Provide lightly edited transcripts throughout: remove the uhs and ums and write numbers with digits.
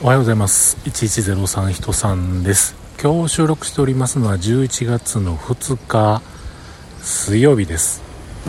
おはようございます。1103人さんです。今日収録しておりますのは11月の2日水曜日です。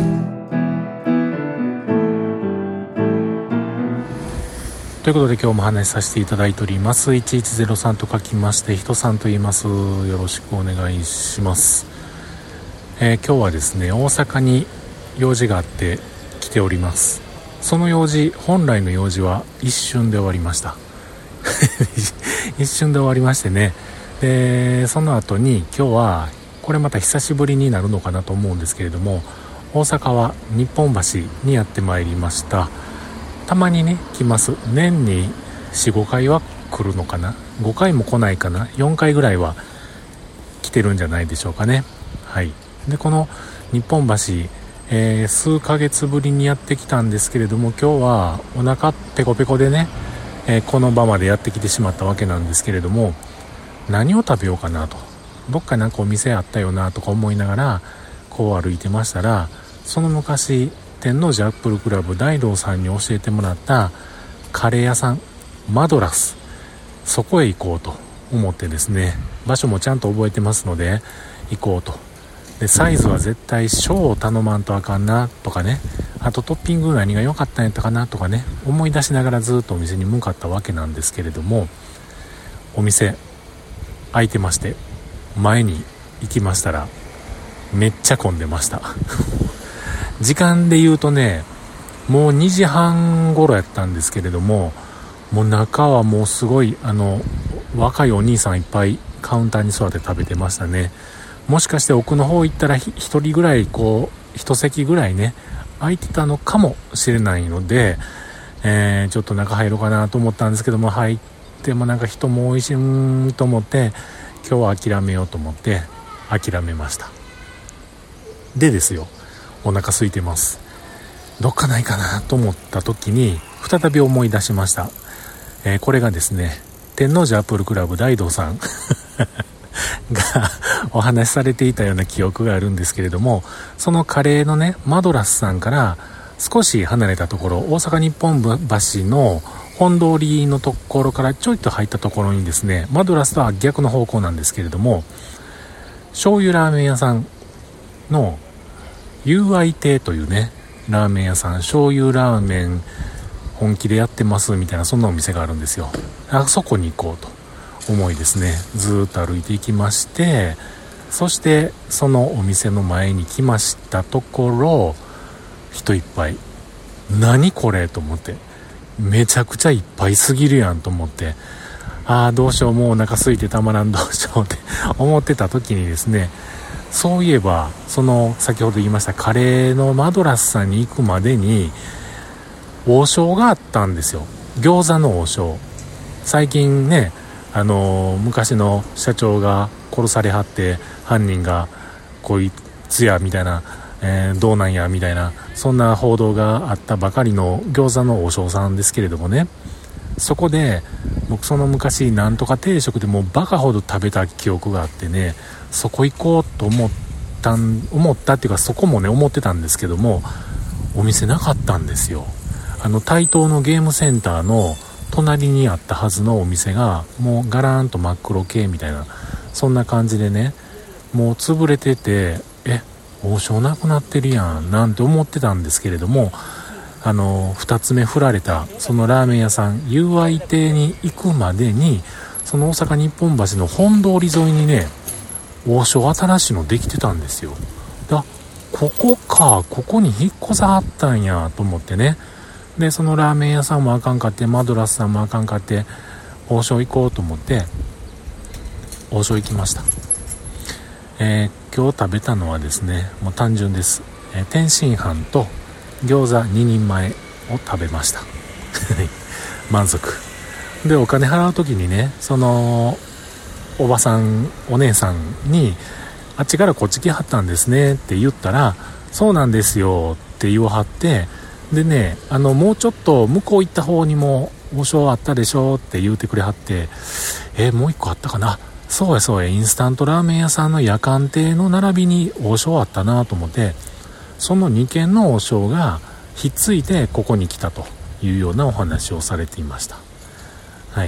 ということで今日も話しさせていただいております1103と書きまして人さんと言います。よろしくお願いします。今日はですね、大阪に用事があって来ております。その用事、本来の用事は一瞬で終わりました一瞬で終わりましてね。でその後に今日はこれまた久しぶりになるのかなと思うんですけれども、大阪は日本橋にやってまいりました。たまにね来ます。年に 4,5 回は来るのかな、5回も来ないかな、4回ぐらいは来てるんじゃないでしょうかね。はい。でこの日本橋、数ヶ月ぶりにやってきたんですけれども、今日はお腹ペコペコでね、この場までやってきてしまったわけなんですけれども、何を食べようかなと、どっかなんかお店あったよなとか思いながらこう歩いてましたら、その昔天王寺アップルクラブ大道さんに教えてもらったカレー屋さんマドラス、そこへ行こうと思ってですね、場所もちゃんと覚えてますので行こうと。でサイズは絶対小を頼まんとあかんなとかね、あとトッピング何が良かったんやったかなとかね、思い出しながらずっとお店に向かったわけなんですけれども、お店開いてまして、前に行きましたらめっちゃ混んでました時間で言うとね、もう2時半頃やったんですけれども、もう中はもうすごい若いお兄さんいっぱいカウンターに座って食べてましたね。もしかして奥の方行ったら一人ぐらい一席ぐらいね空いてたのかもしれないので、ちょっと中入ろうかなと思ったんですけども、入ってもなんか人も多いしと思って、今日は諦めようと思って諦めました。でですよ、お腹空いてます。どっかないかなと思った時に再び思い出しました。これがですね、天王寺アップルクラブ大道さんがお話しされていたような記憶があるんですけれども、そのカレーのねマドラスさんから少し離れたところ、大阪日本橋の本通りのところからちょいと入ったところにですね、マドラスとは逆の方向なんですけれども、醤油ラーメン屋さんの友愛亭というねラーメン屋さん、醤油ラーメン本気でやってますみたいな、そんなお店があるんですよ。あそこに行こうと思いですね、ずっと歩いていきまして、そしてそのお店の前に来ましたところ、人いっぱい、何これと思って、めちゃくちゃいっぱいすぎるやんと思って、どうしよう、もうお腹空いてたまらん、どうしようって思ってた時にですね、そういえばその先ほど言いましたカレーのマドラスさんに行くまでに王将があったんですよ。餃子の王将。最近ね、昔の社長が殺されはって犯人がこいつやみたいな、どうなんやみたいな、そんな報道があったばかりの餃子の王将さんですけれどもね、そこで僕その昔なんとか定食でもうバカほど食べた記憶があってね、そこ行こうと思ったっていうか、そこもね思ってたんですけども、お店なかったんですよ。台東のゲームセンターの隣にあったはずのお店がもうガラーンと真っ黒系みたいな、そんな感じでね、もう潰れてて、王将なくなってるやんなんて思ってたんですけれども、2つ目振られたそのラーメン屋さん友愛亭に行くまでに、その大阪日本橋の本通り沿いにね王将新しいのできてたんですよ。ここに引っ越さはったんやと思ってね。でそのラーメン屋さんもあかんかって、マドラスさんもあかんかって、王将行こうと思って王将行きました。今日食べたのはですね、もう単純です。天津飯と餃子2人前を食べました満足で、お金払う時にね、そのおばさんお姉さんにあっちからこっち来はったんですねって言ったら、そうなんですよって言わはって、でね、もうちょっと向こう行った方にも王将あったでしょって言うてくれはって、もう一個あったかな、そうやインスタントラーメン屋さんの夜間亭の並びに王将あったなと思って、その2軒の王将がひっついてここに来たというようなお話をされていました。はい。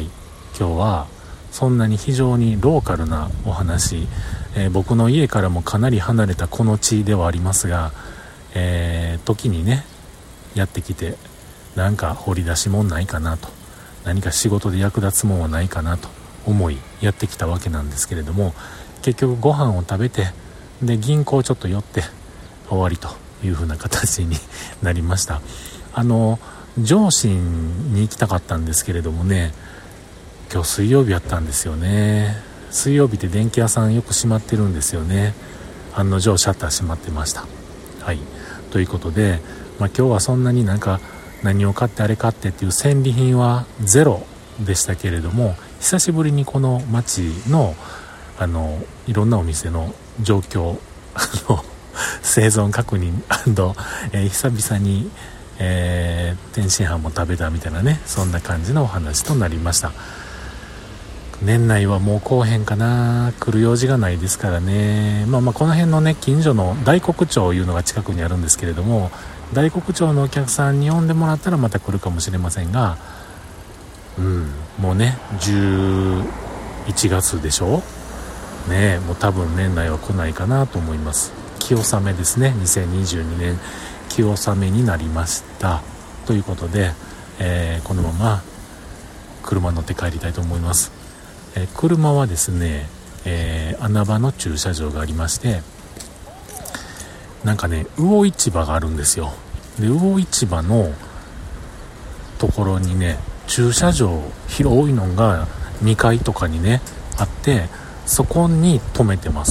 今日はそんなに非常にローカルなお話、僕の家からもかなり離れたこの地ではありますが、時にねやってきて、なんか掘り出しもんないかなと、何か仕事で役立つもんはないかなと思いやってきたわけなんですけれども、結局ご飯を食べて、で銀行ちょっと寄って終わりという風な形になりました。上信に行きたかったんですけれどもね、今日水曜日やったんですよね。水曜日って電気屋さんよく閉まってるんですよね。案の定シャッター閉まってました。はい、ということで、今日はそんなになんか何を買ってあれ買ってっていう戦利品はゼロでしたけれども、久しぶりにこの街のいろんなお店の状況生存確認久々に、天津飯も食べたみたいなね、そんな感じのお話となりました。年内はもう後編かな、来る用事がないですからね。この辺のね、近所の大黒町いうのが近くにあるんですけれども、大黒町のお客さんに呼んでもらったらまた来るかもしれませんが、もうね11月でしょね、もう多分年内は来ないかなと思います。清納ですね、2022年清納になりましたということで、このまま車乗って帰りたいと思います。車はですね、穴場の駐車場がありまして、なんかね魚市場があるんですよ。で魚市場のところにね、駐車場広いのが2階とかにねあって、そこに止めてます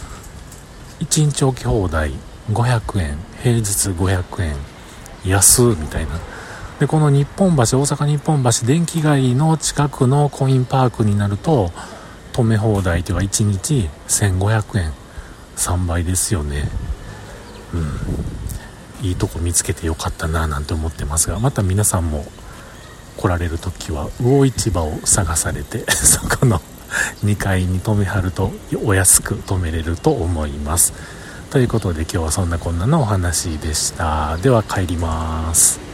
。1日置き放題500円、平日500円、安みたいな。でこの日本橋、大阪日本橋電気街の近くのコインパークになると止め放題というか1日1500円、3倍ですよね。いいとこ見つけてよかったななんて思ってますが、また皆さんも来られるときは魚市場を探されてそこの2階に止めはるとお安く止めれると思います。ということで今日はそんなこんなのお話でした。では帰ります。